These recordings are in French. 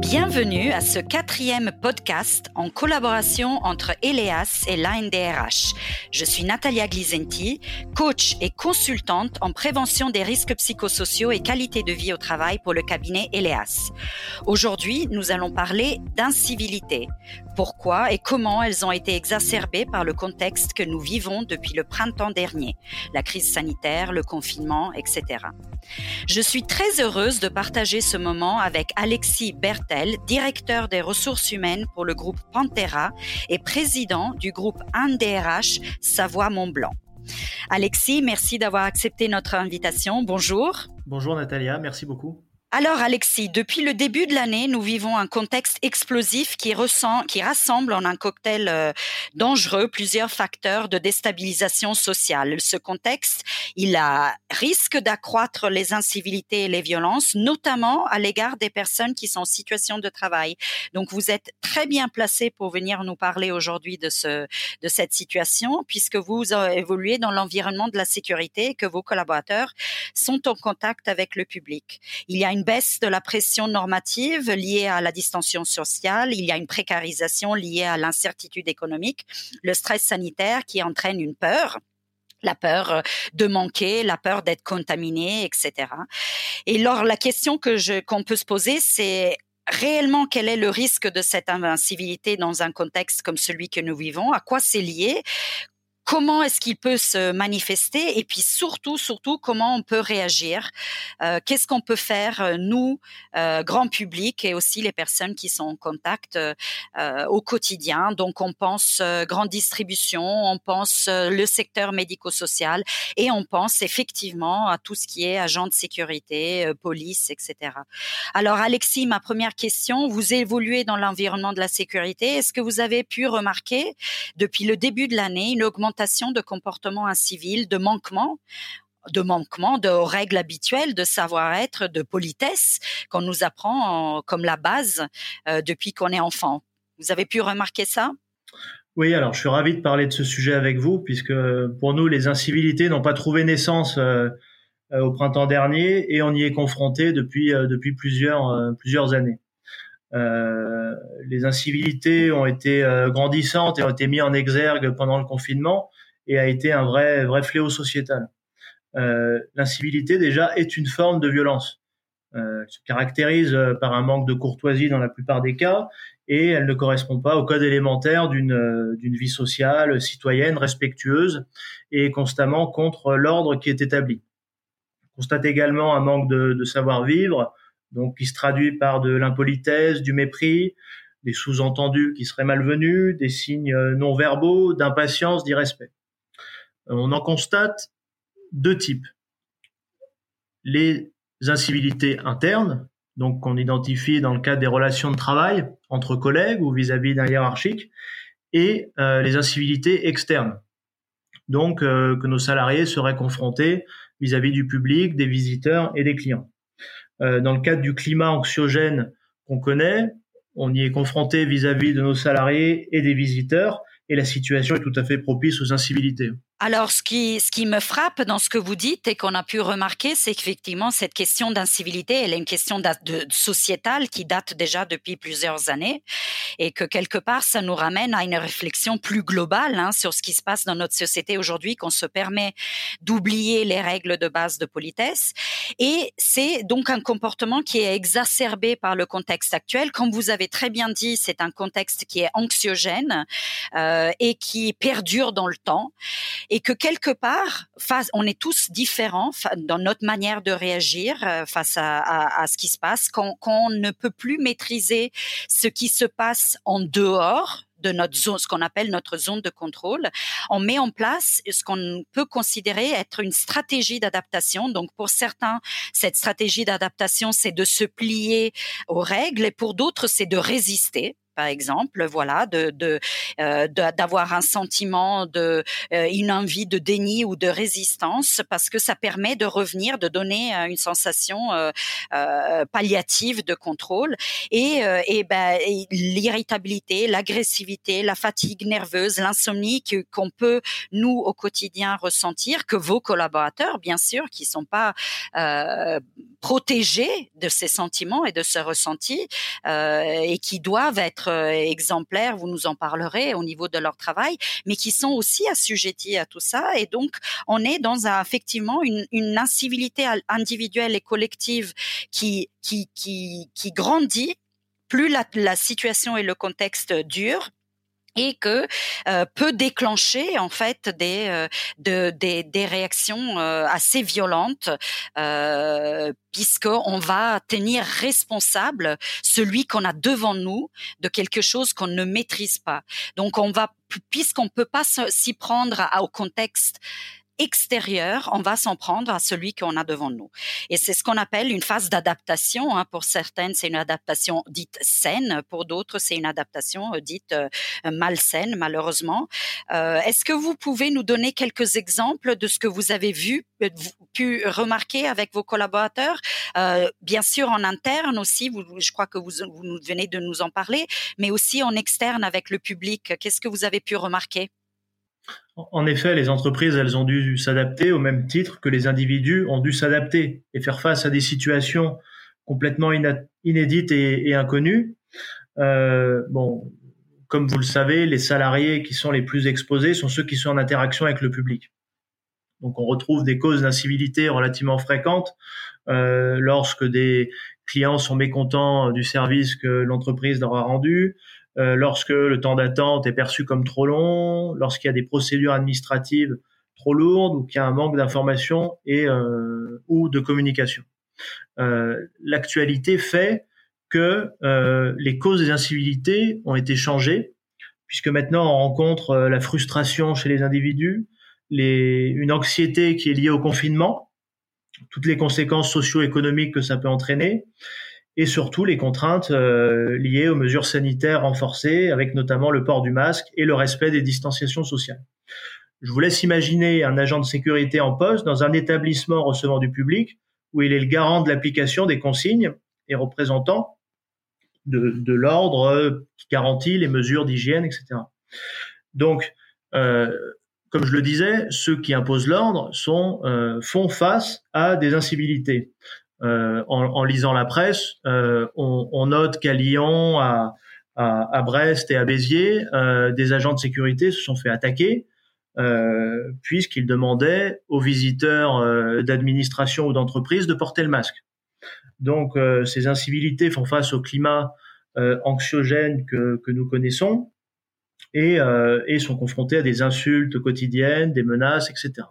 Bienvenue à ce 4e podcast en collaboration entre Eleas et l'ANDRH. Je suis Natalia Glisenti, coach et consultante en prévention des risques psychosociaux et qualité de vie au travail pour le cabinet Eleas. Aujourd'hui, nous allons parler d'incivilité. Pourquoi et comment elles ont été exacerbées par le contexte que nous vivons depuis le printemps dernier, la crise sanitaire, le confinement, etc. Je suis très heureuse de partager ce moment avec Alexis Bertel, directeur des ressources humaines pour le groupe Pantera et président du groupe ANDRH Savoie-Mont-Blanc. Alexis, merci d'avoir accepté notre invitation. Bonjour. Bonjour Natalia, merci beaucoup. Alors Alexis, depuis le début de l'année, nous vivons un contexte explosif qui rassemble en un cocktail dangereux plusieurs facteurs de déstabilisation sociale. Ce contexte, risque d'accroître les incivilités et les violences, notamment à l'égard des personnes qui sont en situation de travail. Donc vous êtes très bien placé pour venir nous parler aujourd'hui de cette situation, puisque vous évoluez dans l'environnement de la sécurité et que vos collaborateurs sont en contact avec le public. Il y a une baisse de la pression normative liée à la distanciation sociale, il y a une précarisation liée à l'incertitude économique, le stress sanitaire qui entraîne une peur. La peur de manquer, la peur d'être contaminé, etc. Et alors, la question qu'on peut se poser, c'est réellement quel est le risque de cette incivilité dans un contexte comme celui que nous vivons? À quoi c'est lié? Comment est-ce qu'il peut se manifester et puis surtout, comment on peut réagir? Qu'est-ce qu'on peut faire, nous, grand public et aussi les personnes qui sont en contact au quotidien? Donc, on pense grande distribution, on pense le secteur médico-social et on pense effectivement à tout ce qui est agent de sécurité, police, etc. Alors, Alexis, ma première question, vous évoluez dans l'environnement de la sécurité. Est-ce que vous avez pu remarquer depuis le début de l'année une augmentation de comportements incivils, de manquements aux règles habituelles de savoir-être, de politesse qu'on nous apprend comme la base depuis qu'on est enfant. Vous avez pu remarquer ça? Oui, alors je suis ravi de parler de ce sujet avec vous, puisque pour nous, les incivilités n'ont pas trouvé naissance au printemps dernier et on y est confronté depuis plusieurs années. Les incivilités ont été grandissantes et ont été mises en exergue pendant le confinement et a été un vrai fléau sociétal. L'incivilité déjà est une forme de violence. Elle se caractérise par un manque de courtoisie dans la plupart des cas et elle ne correspond pas au code élémentaire d'une vie sociale, citoyenne, respectueuse et constamment contre l'ordre qui est établi. On constate également un manque de savoir-vivre, donc qui se traduit par de l'impolitesse, du mépris, des sous-entendus qui seraient malvenus, des signes non-verbaux, d'impatience, d'irrespect. On en constate deux types. Les incivilités internes, donc qu'on identifie dans le cadre des relations de travail entre collègues ou vis-à-vis d'un hiérarchique, et les incivilités externes, donc que nos salariés seraient confrontés vis-à-vis du public, des visiteurs et des clients. Dans le cadre du climat anxiogène qu'on connaît, on y est confronté vis-à-vis de nos salariés et des visiteurs, et la situation est tout à fait propice aux incivilités. Alors, ce qui me frappe dans ce que vous dites et qu'on a pu remarquer, c'est qu'effectivement, cette question d'incivilité, elle est une question sociétale qui date déjà depuis plusieurs années et que quelque part, ça nous ramène à une réflexion plus globale sur ce qui se passe dans notre société aujourd'hui, qu'on se permet d'oublier les règles de base de politesse. Et c'est donc un comportement qui est exacerbé par le contexte actuel. Comme vous avez très bien dit, c'est un contexte qui est anxiogène et qui perdure dans le temps. Et que quelque part, on est tous différents dans notre manière de réagir face à ce qui se passe, qu'on ne peut plus maîtriser ce qui se passe en dehors de notre zone, ce qu'on appelle notre zone de contrôle. On met en place ce qu'on peut considérer être une stratégie d'adaptation. Donc, pour certains, cette stratégie d'adaptation, c'est de se plier aux règles et pour d'autres, c'est de résister. par exemple, voilà, d'avoir un sentiment une envie de déni ou de résistance, parce que ça permet de revenir, de donner une sensation palliative de contrôle. Et l'irritabilité, l'agressivité, la fatigue nerveuse, l'insomnie qu'on peut nous au quotidien ressentir, que vos collaborateurs, bien sûr, qui sont pas protégés de ces sentiments et de ce ressenti, et qui doivent être exemplaires, vous nous en parlerez, au niveau de leur travail, mais qui sont aussi assujettis à tout ça. Et donc, on est dans effectivement une incivilité individuelle et collective qui grandit plus la situation et le contexte durent, et que peut déclencher en fait des réactions assez violentes, puisqu'on va tenir responsable celui qu'on a devant nous de quelque chose qu'on ne maîtrise pas. Donc puisqu'on peut pas s'y prendre au contexte extérieur, on va s'en prendre à celui qu'on a devant nous. Et c'est ce qu'on appelle une phase d'adaptation. Pour certaines, c'est une adaptation dite saine. Pour d'autres, c'est une adaptation dite malsaine, malheureusement. Est-ce que vous pouvez nous donner quelques exemples de ce que vous avez pu remarquer avec vos collaborateurs? Bien sûr, en interne aussi, je crois que vous venez de nous en parler, mais aussi en externe avec le public. Qu'est-ce que vous avez pu remarquer? En effet, les entreprises, elles ont dû s'adapter au même titre que les individus ont dû s'adapter et faire face à des situations complètement inédites et inconnues. Comme vous le savez, les salariés qui sont les plus exposés sont ceux qui sont en interaction avec le public. Donc, on retrouve des causes d'incivilité relativement fréquentes lorsque des clients sont mécontents du service que l'entreprise leur a rendu, lorsque le temps d'attente est perçu comme trop long, lorsqu'il y a des procédures administratives trop lourdes ou qu'il y a un manque d'information ou de communication. L'actualité fait que les causes des incivilités ont été changées, puisque maintenant on rencontre la frustration chez les individus, une anxiété qui est liée au confinement, toutes les conséquences socio-économiques que ça peut entraîner, et surtout les contraintes liées aux mesures sanitaires renforcées, avec notamment le port du masque et le respect des distanciations sociales. Je vous laisse imaginer un agent de sécurité en poste dans un établissement recevant du public, où il est le garant de l'application des consignes et représentant de l'ordre qui garantit les mesures d'hygiène, etc. Donc, comme je le disais, ceux qui imposent l'ordre font face à des incivilités. En lisant la presse, on note qu'à Lyon, à Brest et à Béziers, des agents de sécurité se sont fait attaquer puisqu'ils demandaient aux visiteurs d'administration ou d'entreprise de porter le masque. Donc, ces incivilités font face au climat anxiogène que nous connaissons et sont confrontés à des insultes quotidiennes, des menaces, etc.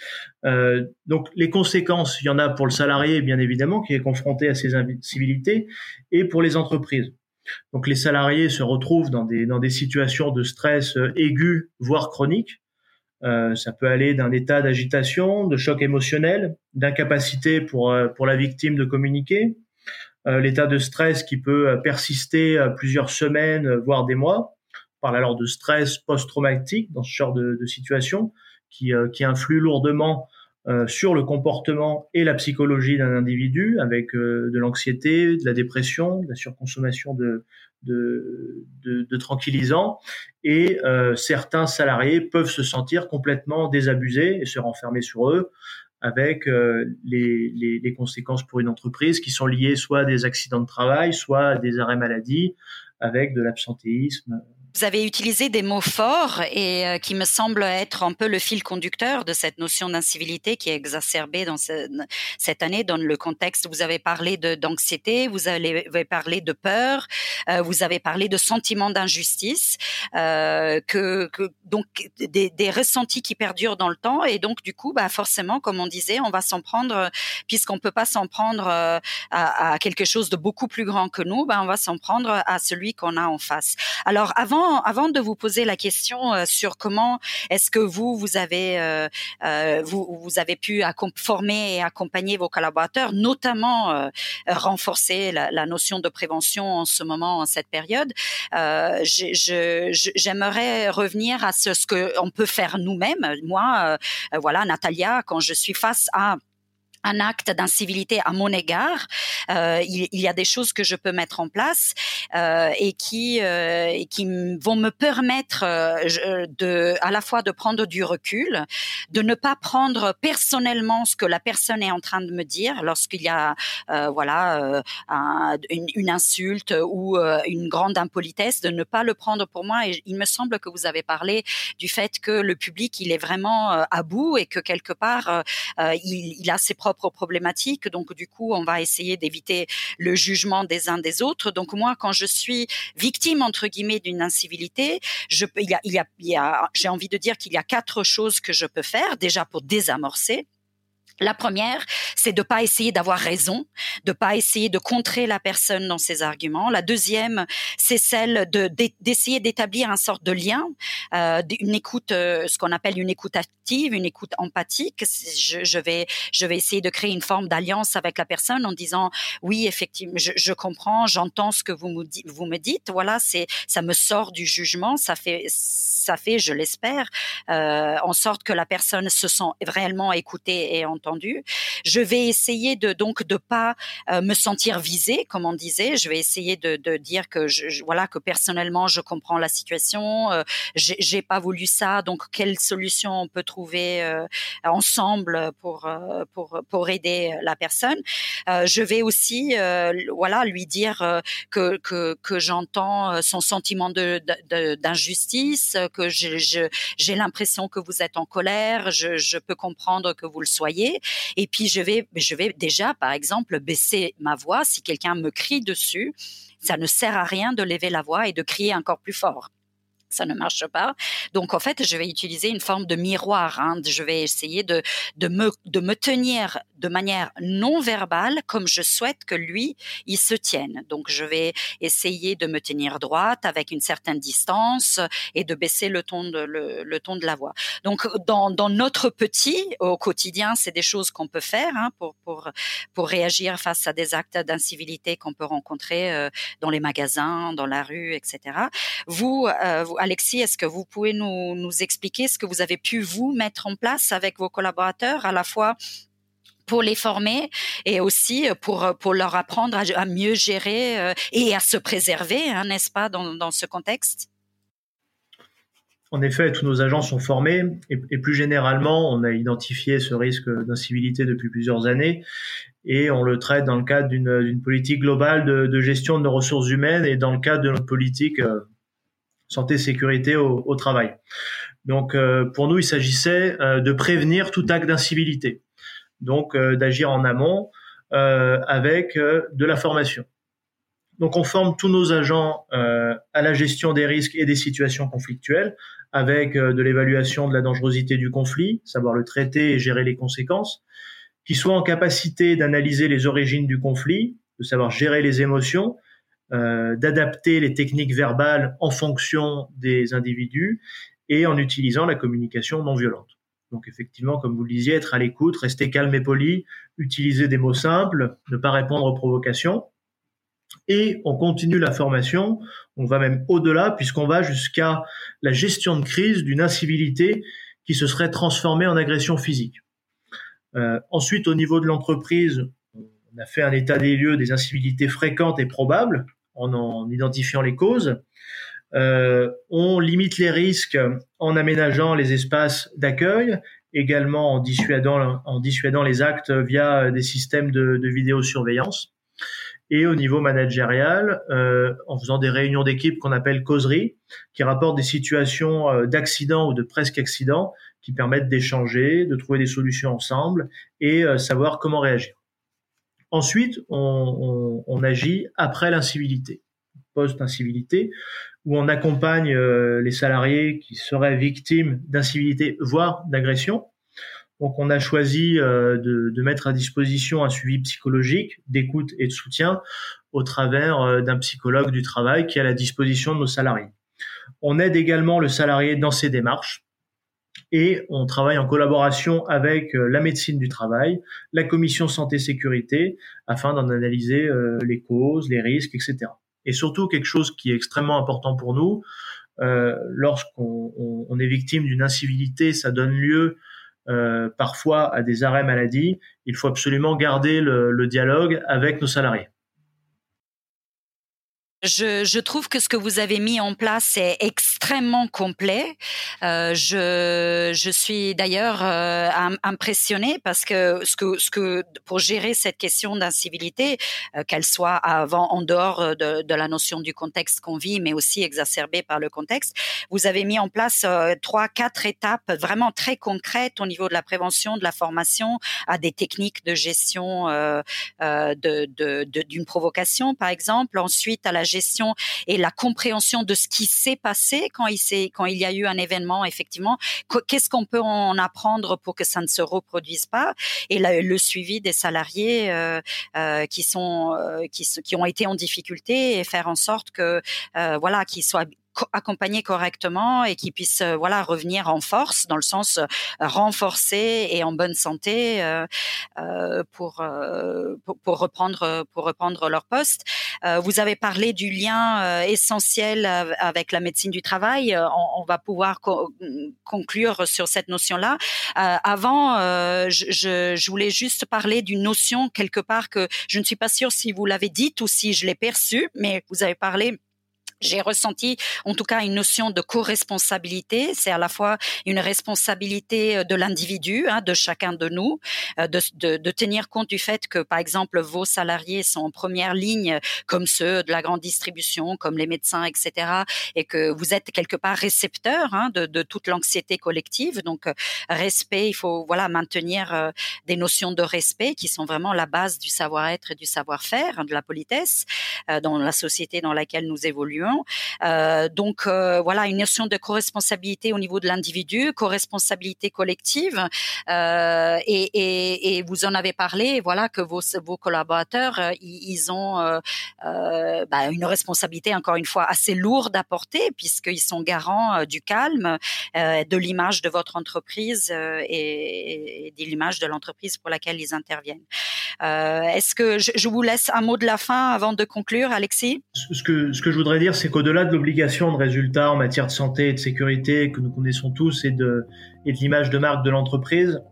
Donc les conséquences, il y en a pour le salarié bien évidemment qui est confronté à ces incivilités et pour les entreprises. Donc les salariés se retrouvent dans des situations de stress aigu voire chronique. Ça peut aller d'un état d'agitation, de choc émotionnel, d'incapacité pour la victime de communiquer, l'état de stress qui peut persister plusieurs semaines voire des mois. On parle alors de stress post-traumatique dans ce genre de situation qui influe lourdement sur le comportement et la psychologie d'un individu, avec de l'anxiété, de la dépression, de la surconsommation de tranquillisants, et certains salariés peuvent se sentir complètement désabusés et se renfermer sur eux, avec les conséquences pour une entreprise qui sont liées soit à des accidents de travail, soit à des arrêts maladie, avec de l'absentéisme. Vous avez utilisé des mots forts et qui me semblent être un peu le fil conducteur de cette notion d'incivilité qui est exacerbée dans cette année dans le contexte. Vous avez parlé d'anxiété, vous avez parlé de peur, vous avez parlé de sentiment d'injustice, donc des ressentis qui perdurent dans le temps, et donc du coup, forcément, comme on disait, on va s'en prendre, puisqu'on peut pas s'en prendre à quelque chose de beaucoup plus grand que nous, on va s'en prendre à celui qu'on a en face. Alors avant avant de vous poser la question sur comment est-ce que vous avez pu former et accompagner vos collaborateurs, notamment renforcer la notion de prévention en ce moment, en cette période, j'aimerais revenir à ce que on peut faire nous-mêmes. Moi, voilà, Natalia, quand je suis face à un acte d'incivilité à mon égard, il y a des choses que je peux mettre en place et qui vont me permettre à la fois de prendre du recul, de ne pas prendre personnellement ce que la personne est en train de me dire lorsqu'il y a une insulte ou une grande impolitesse, de ne pas le prendre pour moi. Et il me semble que vous avez parlé du fait que le public il est vraiment à bout et que quelque part il a ses propres problématiques, donc du coup on va essayer d'éviter le jugement des uns des autres. Donc moi, quand je suis victime entre guillemets d'une incivilité, j'ai envie de dire qu'il y a 4 choses que je peux faire déjà pour désamorcer. La première, c'est de pas essayer d'avoir raison, de pas essayer de contrer la personne dans ses arguments. La deuxième, c'est celle d'essayer d'établir un sorte de lien, une écoute, ce qu'on appelle une écoute active, une écoute empathique. Je vais essayer de créer une forme d'alliance avec la personne en disant oui, effectivement, je comprends, j'entends ce que vous me dites. Voilà, ça me sort du jugement, ça fait, je l'espère, en sorte que la personne se sent réellement écoutée et entendue. Je vais essayer de pas me sentir visée, comme on disait. Je vais essayer de dire que que personnellement je comprends la situation. J'ai pas voulu ça, donc quelle solution on peut trouver ensemble pour aider la personne. Je vais aussi lui dire que j'entends son sentiment d'injustice, que j'ai l'impression que vous êtes en colère. Je peux comprendre que vous le soyez. Et puis je vais déjà, par exemple, baisser ma voix. Si quelqu'un me crie dessus, ça ne sert à rien de lever la voix et de crier encore plus fort. Ça ne marche pas. Donc, en fait, je vais utiliser une forme de miroir. Je vais essayer de me tenir de manière non verbale comme je souhaite que lui, il se tienne. Donc, je vais essayer de me tenir droite avec une certaine distance et de baisser le ton de la voix. Donc, dans notre petit, au quotidien, c'est des choses qu'on peut faire pour réagir face à des actes d'incivilité qu'on peut rencontrer dans les magasins, dans la rue, etc. Vous, Alexis, est-ce que vous pouvez nous expliquer ce que vous avez pu vous mettre en place avec vos collaborateurs, à la fois pour les former et aussi pour leur apprendre à mieux gérer et à se préserver, n'est-ce pas, dans ce contexte? En effet, tous nos agents sont formés et plus généralement, on a identifié ce risque d'incivilité depuis plusieurs années et on le traite dans le cadre d'une politique globale de gestion de nos ressources humaines et dans le cadre de notre politique santé sécurité au travail. Donc pour nous, il s'agissait de prévenir tout acte d'incivilité, donc d'agir en amont avec de la formation. Donc on forme tous nos agents à la gestion des risques et des situations conflictuelles avec de l'évaluation de la dangerosité du conflit, savoir le traiter et gérer les conséquences, qu'ils soient en capacité d'analyser les origines du conflit, de savoir gérer les émotions, d'adapter les techniques verbales en fonction des individus et en utilisant la communication non violente. Donc effectivement, comme vous le disiez, être à l'écoute, rester calme et poli, utiliser des mots simples, ne pas répondre aux provocations. Et on continue la formation, on va même au-delà puisqu'on va jusqu'à la gestion de crise d'une incivilité qui se serait transformée en agression physique. Ensuite, au niveau de l'entreprise, on a fait un état des lieux des incivilités fréquentes et probables en identifiant les causes. On limite les risques en aménageant les espaces d'accueil, également en dissuadant les actes via des systèmes de vidéosurveillance. Et au niveau managérial, en faisant des réunions d'équipe qu'on appelle causeries, qui rapportent des situations d'accident ou de presque accident, qui permettent d'échanger, de trouver des solutions ensemble et savoir comment réagir. Ensuite, on agit après l'incivilité, post-incivilité, où on accompagne les salariés qui seraient victimes d'incivilité, voire d'agression. Donc, on a choisi de mettre à disposition un suivi psychologique, d'écoute et de soutien au travers d'un psychologue du travail qui est à la disposition de nos salariés. On aide également le salarié dans ses démarches et on travaille en collaboration avec la médecine du travail, la commission santé-sécurité, afin d'en analyser les causes, les risques, etc. Et surtout, quelque chose qui est extrêmement important pour nous, lorsqu'on est victime d'une incivilité, ça donne lieu parfois à des arrêts maladie. Il faut absolument garder le dialogue avec nos salariés. Je trouve que ce que vous avez mis en place est extrêmement complet. Je suis d'ailleurs impressionnée parce que ce que pour gérer cette question d'incivilité, qu'elle soit en dehors de la notion du contexte qu'on vit, mais aussi exacerbée par le contexte, vous avez mis en place 3-4 étapes vraiment très concrètes au niveau de la prévention, de la formation, à des techniques de gestion d'une provocation, par exemple. Ensuite, à la gestion et la compréhension de ce qui s'est passé quand il y a eu un événement, effectivement. Qu'est-ce qu'on peut en apprendre pour que ça ne se reproduise pas? Et le suivi des salariés qui ont été en difficulté et faire en sorte que qu'ils soient accompagnés correctement et qui puissent revenir en force, dans le sens renforcés et en bonne santé pour reprendre leur poste. Vous avez parlé du lien essentiel avec la médecine du travail. On va pouvoir conclure sur cette notion-là. Avant, je voulais juste parler d'une notion quelque part que je ne suis pas sûre si vous l'avez dite ou si je l'ai perçue, mais vous avez parlé. J'ai ressenti, en tout cas, une notion de co-responsabilité. C'est à la fois une responsabilité de l'individu, de chacun de nous, de tenir compte du fait que, par exemple, vos salariés sont en première ligne, comme ceux de la grande distribution, comme les médecins, etc., et que vous êtes quelque part récepteur de toute l'anxiété collective. Donc, respect, il faut maintenir des notions de respect qui sont vraiment la base du savoir-être et du savoir-faire, de la politesse dans la société dans laquelle nous évoluons. Une notion de co-responsabilité au niveau de l'individu, co-responsabilité collective, et vous en avez parlé, que vos collaborateurs, ils ont une responsabilité, encore une fois, assez lourde à porter, puisqu'ils sont garants du calme, de l'image de votre entreprise et de l'image de l'entreprise pour laquelle ils interviennent. Est-ce que je vous laisse un mot de la fin avant de conclure, Alexis? Ce que je voudrais dire, c'est qu'au-delà de l'obligation de résultats en matière de santé et de sécurité que nous connaissons tous et de l'image de marque de l'entreprise,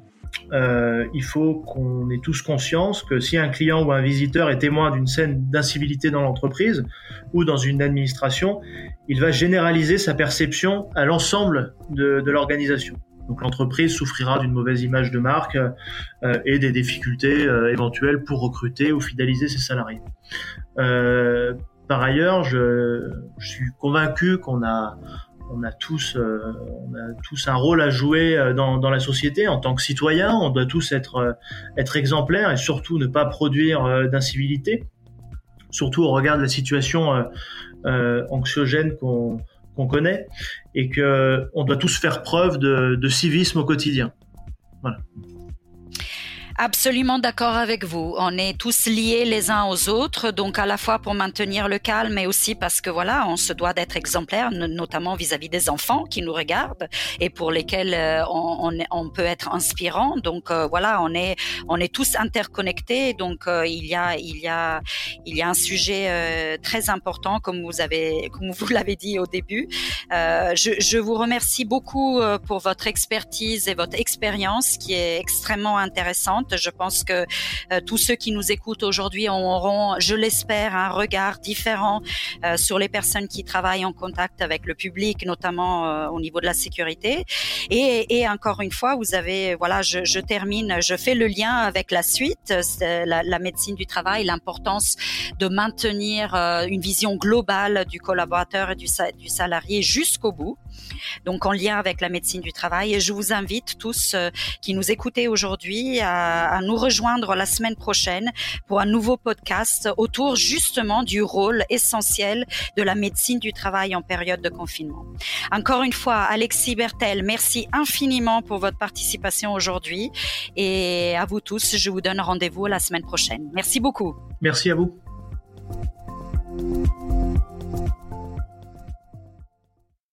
il faut qu'on ait tous conscience que si un client ou un visiteur est témoin d'une scène d'incivilité dans l'entreprise ou dans une administration, il va généraliser sa perception à l'ensemble de l'organisation. Donc l'entreprise souffrira d'une mauvaise image de marque et des difficultés éventuelles pour recruter ou fidéliser ses salariés. Par ailleurs, je suis convaincu qu'on a tous un rôle à jouer dans la société en tant que citoyens. On doit tous être exemplaires et surtout ne pas produire d'incivilité, surtout au regard de la situation anxiogène qu'on connaît, et que on doit tous faire preuve de civisme au quotidien. Voilà. Absolument d'accord avec vous. On est tous liés les uns aux autres, donc à la fois pour maintenir le calme, mais aussi parce que on se doit d'être exemplaire, notamment vis-à-vis des enfants qui nous regardent et pour lesquels on peut être inspirant. Donc on est tous interconnectés. Donc il y a un sujet très important, comme vous l'avez dit au début. Je vous remercie beaucoup pour votre expertise et votre expérience qui est extrêmement intéressante. Je pense que tous ceux qui nous écoutent aujourd'hui auront, je l'espère, un regard différent sur les personnes qui travaillent en contact avec le public, notamment au niveau de la sécurité. Et encore une fois, vous avez, je termine, je fais le lien avec la suite, la médecine du travail, l'importance de maintenir une vision globale du collaborateur et du salarié jusqu'au bout. Donc en lien avec la médecine du travail. Et je vous invite tous qui nous écoutez aujourd'hui à nous rejoindre la semaine prochaine pour un nouveau podcast autour justement du rôle essentiel de la médecine du travail en période de confinement. Encore une fois, Alexis Bertel, merci infiniment pour votre participation aujourd'hui, et à vous tous, je vous donne rendez-vous la semaine prochaine. Merci beaucoup. Merci à vous.